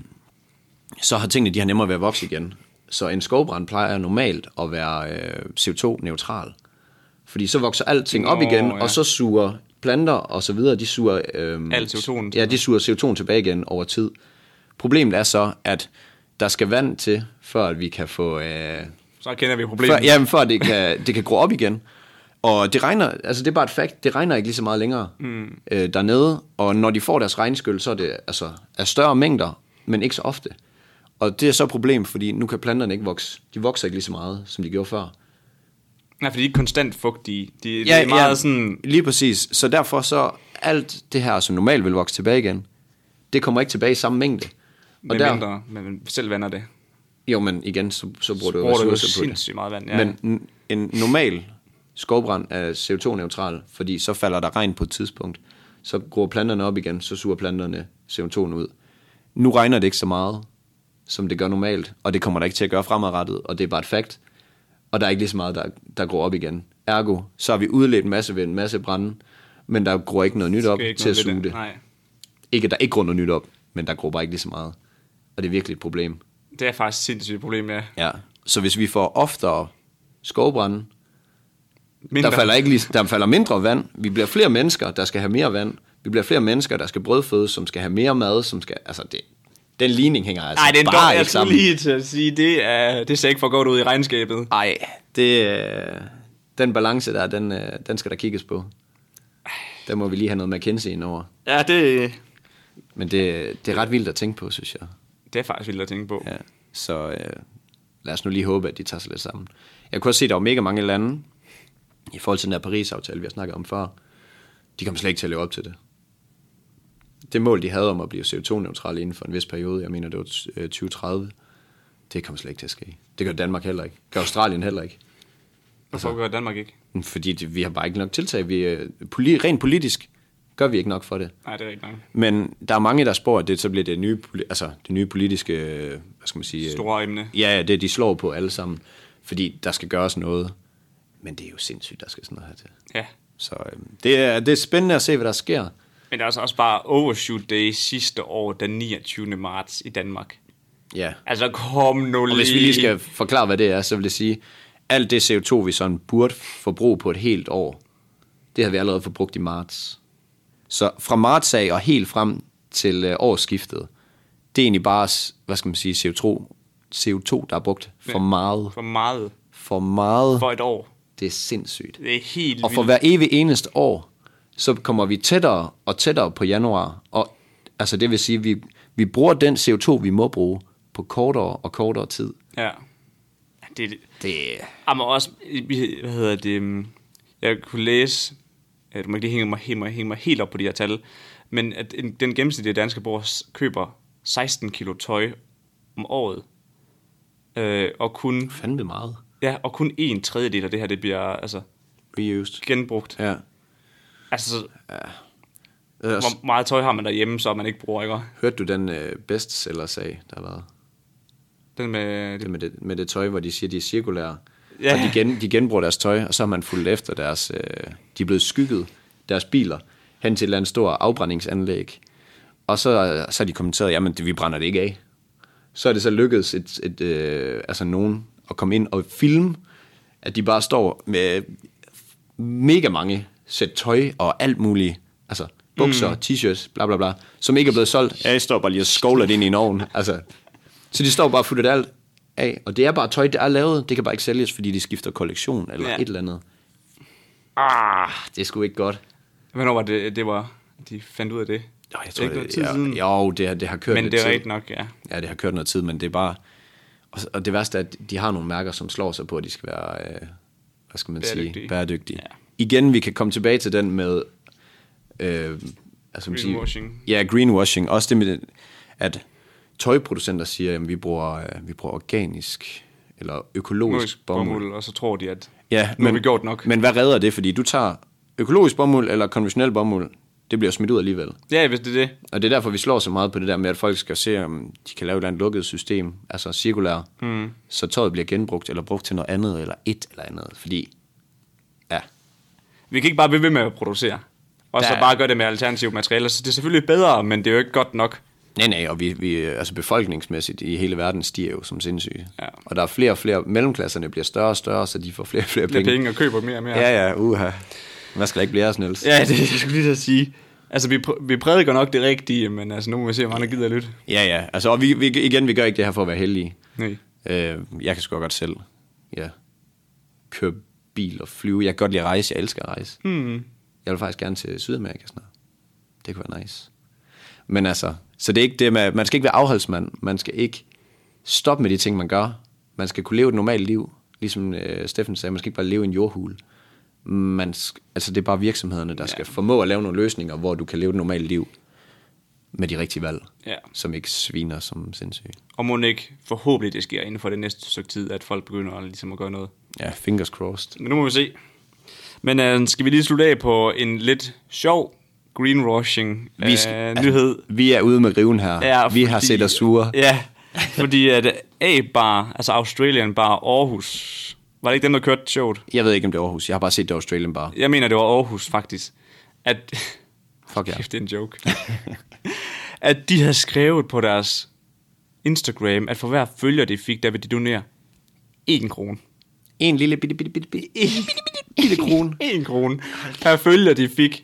så har tingene de har nemmere ved at vokse igen. Så en skovbrand plejer normalt at være øh, C O to neutral. Fordi så vokser alting op igen, oh, ja. Og så suger planter og så videre, de suger øhm, alt C O to. Ja, de suger C O to tilbage igen over tid. Problemet er så, at der skal vand til, før at vi kan få øh, så kender vi problemet. Før, jamen, før det kan det kan gro op igen. Og det regner, altså det er bare et fakt, det regner ikke lige så meget længere mm. øh, dernede, og når de får deres regnskyld, så er det altså af større mængder, men ikke så ofte. Og det er så et problem, fordi nu kan planterne ikke vokse. De vokser ikke lige så meget, som de gjorde før. Nej, fordi de er konstant fugtige. De, ja, de er meget ja, sådan... lige præcis. Så derfor så alt det her, som normalt vil vokse tilbage igen, det kommer ikke tilbage i samme mængde. Og med der, mindre, men selv vander det. Jo, men igen, så, så bruger så du ressourcer jo ressourcer på det. Meget vand, ja. Men en normal skovbrand er C O to neutral, fordi så falder der regn på et tidspunkt. Så gror planterne op igen, så suger planterne C O to'en ud. Nu regner det ikke så meget, som det gør normalt, og det kommer der ikke til at gøre fremadrettet, og det er bare et fakt. Og der er ikke lige så meget, der, der gror op igen. Ergo, så har vi udledt en masse ved en masse brænde, men der gror ikke noget nyt op til at suge det. det. Ikke, at der ikke gror noget nyt op, men der gror bare ikke lige så meget. Og det er virkelig et problem. Det er faktisk et sindssygt problem, ja. Ja, så hvis vi får oftere skovbrænde, der falder, ikke lige, der falder mindre vand, vi bliver flere mennesker, der skal have mere vand, vi bliver flere mennesker, der skal brødfødes, som skal have mere mad, som skal, altså det, den ligning hænger altså Ej, det er bare dog, ikke sammen. Nej, det er lige til at sige, det, er, det ser ikke for godt ud i regnskabet. Nej, det, den balance der, den, den skal der kigges på. Der må vi lige have noget McKinsey ind over. Ja, det... Men det, det er ret vildt at tænke på, synes jeg. Det er faktisk vildt at tænke på. Ja, så øh, lad os nu lige håbe, at de tager sig lidt sammen. Jeg kunne også se, at der var mega mange lande, i forhold til den der Paris-aftale, vi har snakket om før, de kommer slet ikke til at leve op til det. Det mål, de havde om at blive C O to neutrale inden for en vis periode, jeg mener, det var tyve tredive, det kommer slet ikke til at ske. Det gør Danmark heller ikke. Det gør Australien heller ikke. Hvorfor gør Danmark ikke? Fordi det, vi har bare ikke nok tiltag. Vi, poli, rent politisk gør vi ikke nok for det. Nej, det er ikke nok. Men der er mange, der spår, at det så bliver det nye, altså det nye politiske, hvad skal man sige... Store emne. Ja, det de slår på alle sammen. Fordi der skal gøres noget. Men det er jo sindssygt, der skal sådan noget her til. Ja. Så øh, det, er, det er spændende at se, hvad der sker. Men der er også bare overshoot day sidste år, den niogtyvende marts i Danmark. Ja. Altså kom nu lige. Og hvis vi lige skal forklare, hvad det er, så vil det sige, alt det C O to, vi sådan burde forbruge på et helt år, det har vi allerede forbrugt i marts. Så fra marts af og helt frem til øh, årsskiftet, det er egentlig bare, hvad skal man sige, C O to, C O to der er brugt for ja, meget. For meget. For meget. For et år. Det er sindssygt. Det er helt Og for hver evig eneste år, så kommer vi tættere og tættere på januar. Og altså det vil sige, at vi, vi bruger den C O to, vi må bruge, på kortere og kortere tid. Ja. Det, det. det. Jamen også, hvad hedder det, jeg kunne læse, du må ikke lige hænge mig, hænge, mig, hænge mig helt op på de her tal, men at den gennemsnitlige danske borger køber seksten kilo tøj om året, øh, og kun... Fandme meget. Ja, og kun en tredjedel af det her, det bliver altså... reused. Genbrugt. Ja. Altså, ja. Hvor meget tøj har man derhjemme, så man ikke bruger, ikke? Hørte du den øh, bestseller-sag, der har været? Den med... Det med, det, med det tøj, hvor de siger, de er cirkulære. Ja. Og de, gen, de genbruger deres tøj, og så har man fulgt efter deres... Øh, de er blevet skygget, deres biler, hen til et eller andet stort afbrændingsanlæg. Og så, så har de kommenteret, jamen det, vi brænder det ikke af. Så er det så lykkedes et, et, øh, altså nogen at komme ind og filme, at de bare står med mega mange sæt tøj og alt muligt, altså bukser, mm. t-shirts, bla bla bla, som ikke er blevet solgt. Ja, jeg står bare lige og skovler det ind i en ovn. Altså, så de står bare og fuldt alt af. Og det er bare tøj, der er lavet. Det kan bare ikke sælges, fordi de skifter kollektion eller Ja. et eller andet. Ah, det er sgu ikke godt. Hvornår var det, det var, de fandt ud af det? Jo, jeg Det er tror, ikke det, noget tid ja, siden. jo, det, har- det har kørt Men lidt det er tid. rigtigt nok, ja. Ja, det har kørt noget tid, men det er bare... Og, og det værste er, at de har nogle mærker, som slår sig på, at de skal være, øh, hvad skal man Bæredygtige. sige, bæredygtige. Ja. Igen, vi kan komme tilbage til den med... Øh, altså, man siger- Greenwashing. Ja, greenwashing. Også det med, at tøjproducenter siger, at vi bruger, øh, vi bruger organisk eller økologisk Økologisk bomuld. bomuld, og så tror de, at Ja, nu har vi gjort nok. Men hvad redder det? Fordi du tager økologisk bomuld eller konventionel bomuld, det bliver smidt ud alligevel. Ja, hvis det er det. Og det er derfor, vi slår så meget på det der med, at folk skal se, om de kan lave et eller andet lukket system, altså cirkulær, mm. så tøjet bliver genbrugt, eller brugt til noget andet, eller et eller andet. Fordi, ja, Vi kan ikke bare blive ved med at producere. Og så Der- bare gøre det med alternative materialer. Så det er selvfølgelig bedre, men det er jo ikke godt nok. nej, nej, og vi, vi, altså befolkningsmæssigt i hele verden stiger jo som sindssyge. Ja. Og der er flere og flere, mellemklasserne bliver større og større, så de får flere og flere Flere penge. penge og køber mere og mere. Ja, ja, uha. Hvad skal der ikke blive af os, Niels? Ja, det jeg skulle lige til at sige. Altså, vi, pr- vi prædiker nok det rigtige, men altså, nu må vi se, om andre gider at lytte. Ja, ja, altså, og vi, vi, igen, vi gør ikke det her for at være heldige. Nej. Øh, jeg kan sgu godt selv, ja, køre bil og flyve. Jeg kan godt lide at rejse, jeg elsker at rejse. Hmm. Jeg vil faktisk gerne til Sydamerika snart. Det kunne være nice. Men altså, så det er ikke det med, man skal ikke være afholdsmand. Man skal ikke stoppe med de ting, man gør. Man skal kunne leve et normalt liv. Ligesom øh, Steffen sagde, man skal ikke bare leve i en jordhule. Man sk- altså det er bare virksomhederne, der ja. skal formå at lave nogle løsninger, hvor du kan leve et normalt liv med de rigtige valg, Ja. som ikke sviner som sindssyge. Og må ikke forhåbentlig det sker inden for det næste stykke tid, at folk begynder at, ligesom at gøre noget. Ja, fingers crossed. Men nu må vi se. Men øh, skal vi lige slutte af på en lidt sjov greenwashing Vi øh, skal- nyhed? Vi er ude med riven her. Ja, vi har fordi- set os sure. Ja, fordi at A-Bar, altså Australian Bar Aarhus, var det ikke dem, der kørte showet? Jeg ved ikke, om det er Aarhus. Jeg har bare set det Australian Bar. Jeg mener, det var Aarhus faktisk. At, Fuck ja. kæft, det er en joke. At de havde skrevet på deres Instagram, at for hver følger de fik, der vil de donere en krone. En lille bitte, bitte, bitte, bitte, bitte, bitte, bitte krone. En krone. Per følger de fik.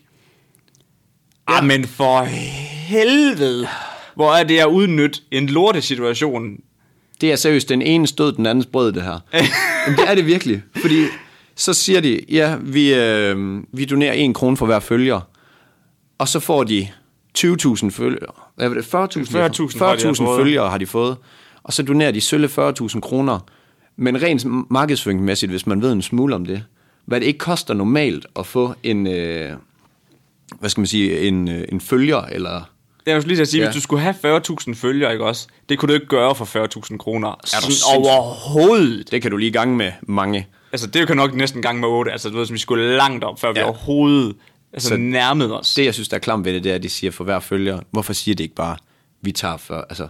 Ja. Ah, men for helvede. Hvor er det at udnytte en lortesituation? Det er seriøst den ene stød, den andens brød, det her. Men det er det virkelig. Fordi så siger de, ja, vi, øh, vi donerer en krone for hver følger. Og så får de tyve tusind følgere. Hvad var det? fyrre tusind fyrre tusind har fyrre de tusind fået. følgere har de fået. Og så donerer de sølle fyrre tusind kroner. Men rent markedsføringsmæssigt, hvis man ved en smule om det, hvad det ikke koster normalt at få en, øh, hvad skal man sige, en, øh, en følger, eller... Jeg vil lige til at sige, Ja. hvis du skulle have fyrre tusind følgere, ikke også? Det kunne du ikke gøre for fyrre tusind kroner. Sådan sindssyg? overhovedet. Det kan du lige i gang med mange. Altså, det kan nok næsten gang med otte. Altså, du ved, som vi skulle langt op, før vi Ja. overhovedet altså, Så nærmede os. Det, jeg synes, der er klamt ved det, det er, at de siger for hver følger. Hvorfor siger de ikke bare, vi tager for, altså,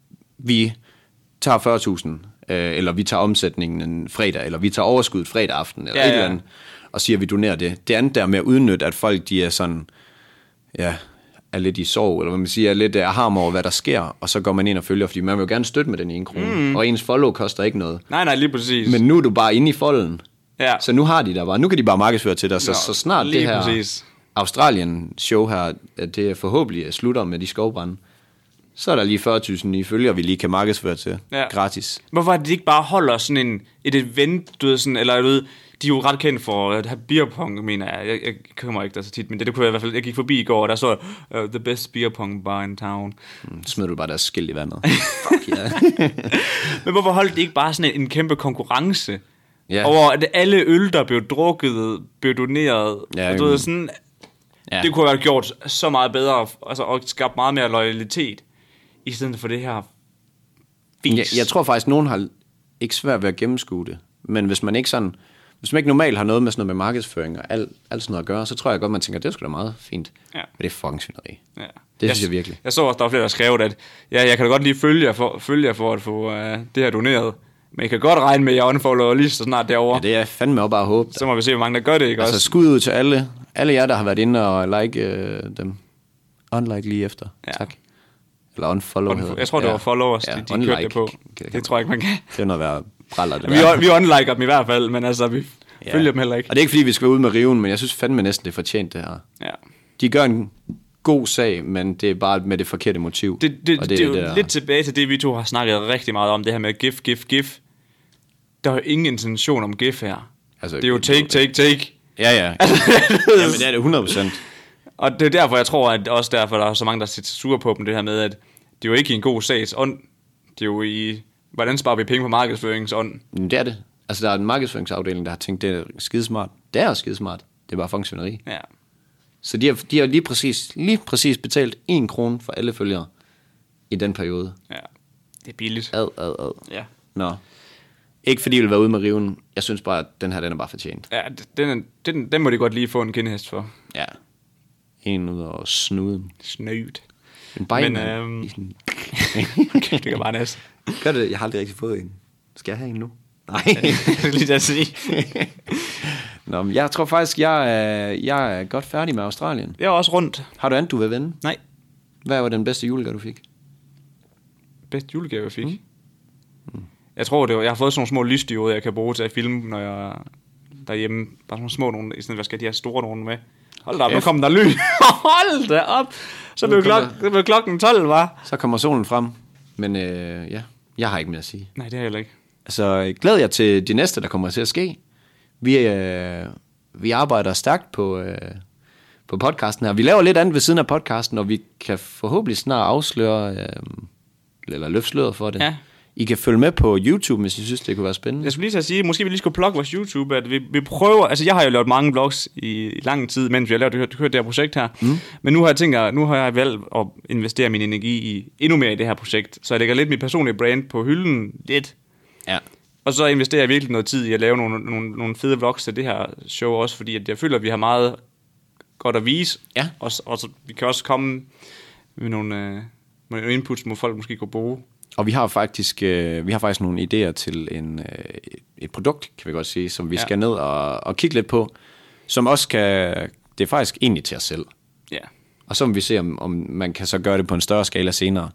vi tager fyrre tusind, øh, eller vi tager omsætningen en fredag, eller vi tager overskuddet fredag aften, eller Ja, ja, et ja. eller andet, og siger, at vi donerer det. Det andet der med at udnytte, at folk, de er sådan, ja, er lidt i sorg, eller hvad man siger, er lidt er harm over, hvad der sker, og så går man ind og følger, fordi man vil jo gerne støtte med den ene krone, mm. og ens follow koster ikke noget. Nej, nej, lige præcis. Men nu er du bare inde i folden. Ja. Så nu har de der bare, nu kan de bare markedsføre til dig, så, Nå, så snart lige det her præcis. Australien show her, at det forhåbentlig slutter med de skovbrænde, så er der lige fyrre tusind nye følgere, vi lige kan markedsføre til Ja. gratis. Hvorfor er det ikke bare holder sådan en, et event, du ved, sådan, eller du ved, de er jo ret kendt for at have beer pong, mener jeg. Jeg, jeg kommer ikke der så tit, men det, det kunne jeg i hvert fald, jeg gik forbi i går, og der så uh, the best beer pong bar in town. Mm, smider du bare deres skilt i vandet. Fuck ja. Men hvorfor holdt de ikke bare sådan en, en kæmpe konkurrence? Ja. Over at alle øl, der blev drukket, blev doneret. Ja, og du ved, sådan, Ja. det kunne have gjort så meget bedre, altså, og skabt meget mere loyalitet, i stedet for det her vis. Jeg, jeg tror faktisk, nogen har ikke svært ved at gennemskue det, men hvis man ikke sådan, hvis man ikke normalt har noget med sådan noget med markedsføring og alt, alt sådan noget at gøre, så tror jeg godt, man tænker, det er sgu da meget fint. Ja. Men det er fucking svineri. Ja. Det synes jeg virkelig. Jeg så også, der var flere, der skrev, at ja, jeg kan da godt lige følge jer for, følge jer for at få uh, det her doneret. Men I kan godt regne med, at jeg unfollower lige så snart derovre. Ja, det er fandme også bare at håbe. Så må vi se, hvor mange der gør det, ikke Altså også? skud ud til alle, alle jer, der har været inde og like øh, dem. Unlike lige efter. Ja. Tak. Eller unfollow hedder det. Jeg tror, det var followers, ja, de, de unlike. kørte det på. Kan- kan- Det tror jeg ikke, man kan. Det er noget at være praller, det Vi, der. vi unliker dem i hvert fald, men altså, vi Ja. følger dem heller ikke. Og det er ikke, fordi vi skal være ude med riven, men jeg synes fandme næsten, det er fortjent, det her. Ja. De gør en god sag, men det er bare med det forkerte motiv. Det, det, og det, det er jo der... lidt tilbage til det, vi to har snakket rigtig meget om, det her med gif, gif, gif. Der er jo ingen intention om gif her. Altså, det er jo take, take, take. Ja, ja. Jamen, det er det hundrede procent. Og det er derfor, jeg tror, at også derfor, der er så mange, der sitter sure på dem, det her med, at det er jo ikke i en god sags ånd. Det er jo i, hvordan sparer vi penge på markedsføringsånd? Det er det. Altså, der er en markedsføringsafdeling, der har tænkt, det er skidesmart. Det er skidesmart. Det er bare funktioneri. Ja. Så de har, de har lige, præcis, lige præcis betalt en krone for alle følgere i den periode. Ja, det er billigt. Ad, ad, ad. Ja. Nå. Ikke fordi jeg vil være ude med riven. Jeg synes bare, at den her, den er bare fortjent. Ja, den, den, den må de godt lige få en kindhest for. Ja. En ud over snuden. Snødt. En bejman. Men, øhm... okay, det kan bare næste. Gør det, jeg har aldrig rigtig fået en. Skal jeg have en nu? Nej. Lige at sige. Nå, men jeg tror faktisk, jeg er, jeg er godt færdig med Australien. Jeg er også rundt. Har du andet, du vil vende? Nej. Hvad var den bedste julegave, du fik? Bedste julegave, jeg fik? Mm. Mm. Jeg tror, det var, jeg har fået sådan nogle små lysdioder, jeg kan bruge til at filme, når jeg er derhjemme. Bare sådan nogle små nogle, i stedet for at skal de her store nogle med. Hold da op, nu kom der lys. Hold da op. Så blev, klok, så blev klokken tolv, var. Så kommer solen frem. Men øh, ja, jeg har ikke mere at sige. Nej, det har jeg heller ikke. Altså, glæder jeg til de næste, der kommer til at ske. Vi, øh, vi arbejder stærkt på, øh, på podcasten her. Vi laver lidt andet ved siden af podcasten, og vi kan forhåbentlig snart afsløre, øh, eller løfte sløret for det. Ja. I kan følge med på YouTube, hvis I synes, det kunne være spændende. Jeg skulle lige til at sige, måske vi lige skulle plukke vores YouTube, at vi, vi prøver, altså jeg har jo lavet mange vlogs i, i lang tid, mens vi har lavet det, det her projekt her, mm. men nu har jeg tænkt, nu har jeg valgt at investere min energi i endnu mere i det her projekt, så jeg lægger lidt mit personlige brand på hylden, lidt. Ja. Og så investerer jeg virkelig noget tid i at lave nogle, nogle, nogle fede vlogs til det her show også, fordi at jeg føler, at vi har meget godt at vise, ja. og, og så vi kan også komme med nogle, øh, med nogle inputs, som folk måske kunne bruge. Og vi har faktisk øh, vi har faktisk nogle idéer til en øh, et produkt, kan vi godt sige, som vi ja. skal ned og, og kigge lidt på, som også kan, det er faktisk egentlig til os selv. Ja. Og så må vi se, om, om man kan så gøre det på en større skala senere.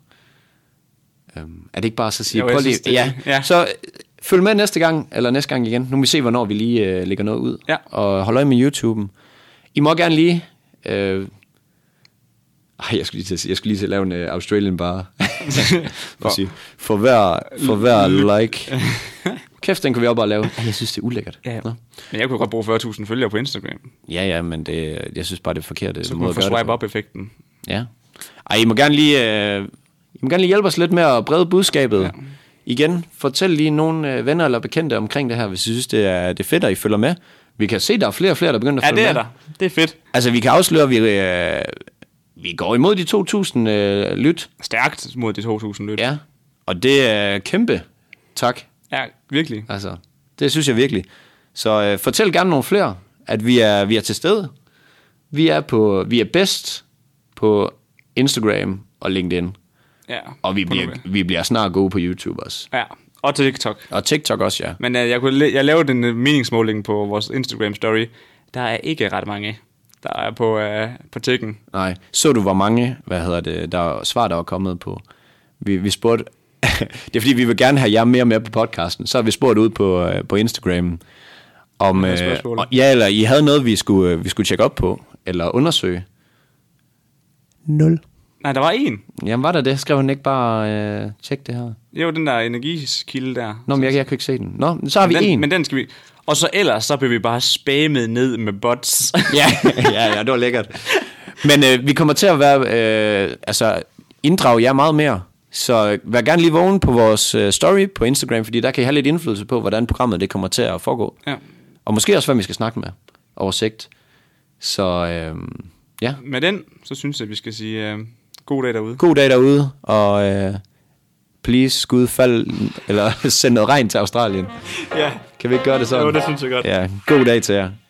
Um, er det ikke bare så at sige, jo, prøv lige, det, ja. ja. Så følg med næste gang, eller næste gang igen. Nu må vi se, hvornår vi lige øh, lægger noget ud. Ja. Og hold øje med YouTube'en. I må gerne lige... Øh, ej, jeg skulle lige til at, jeg skulle lige til at lave en uh, Australian bar. for, sige, for hver, for hver like. Kæft, den kan vi også bare lave. Ej, jeg synes, det er ulækkert. Ja, men jeg kunne godt bruge fyrre tusind følgere på Instagram. Ja, ja, men det, jeg synes bare, det er forkert. Så kunne man få swipe-up-effekten. Ja. Ej, I må gerne lige... Øh, I må gerne lige hjælpe os lidt med at brede budskabet. Ja. Igen, fortæl lige nogle øh, venner eller bekendte omkring det her, hvis I synes, det er, det er fedt, at I følger med. Vi kan se, der er flere og flere, der begynder at ja, følge med. Ja, det er der. Det er fedt. Altså, vi kan afsløre, at vi, øh, vi går imod de to tusind øh, lyt. Stærkt mod de to tusind lyt. Ja, og det er kæmpe tak. Ja, virkelig. Altså, det synes jeg virkelig. Så øh, fortæl gerne nogle flere, at vi er, vi er til stede. Vi er, på, vi er bedst på Instagram og LinkedIn. Ja, og vi bliver, vi bliver snart gode på YouTube også. Ja, og TikTok. Og TikTok også, ja. Men uh, jeg, kunne, jeg lavede en uh, meningsmåling på vores Instagram story. Der er ikke ret mange, der er på, uh, på tikken. Nej. Så du, hvor mange, hvad hedder det, der er svar, der var kommet på? Vi, vi spurgte, det er fordi, vi vil gerne have jer mere med på podcasten. Så har vi spurgt ud på, uh, på Instagram, om, uh, og, ja, eller I havde noget, vi skulle, uh, vi skulle tjekke op på, eller undersøge. Nul. Nej, der var en. Jamen, var der det? Skrev han ikke bare, øh, tjek det her? Jo, den der energiskilde der. Nå, men jeg, jeg kan ikke se den. Nå, så har vi den, en. Men den skal vi... Og så ellers, så bliver vi bare spammet ned med bots. ja, ja, ja, det var lækkert. Men øh, vi kommer til at være, øh, altså, inddrage jer meget mere. Så vær gerne lige vågen på vores øh, story på Instagram, fordi der kan I have lidt indflydelse på, hvordan programmet det kommer til at foregå. Ja. Og måske også, hvem vi skal snakke med oversigt. Så øh, ja. Med den, så synes jeg, at vi skal sige... Øh... God dag derude. God dag derude, og uh, please, Gud, fald, eller send noget regn til Australien. Ja. Kan vi ikke gøre det sådan? Jo, det synes jeg godt. Ja, god dag til jer.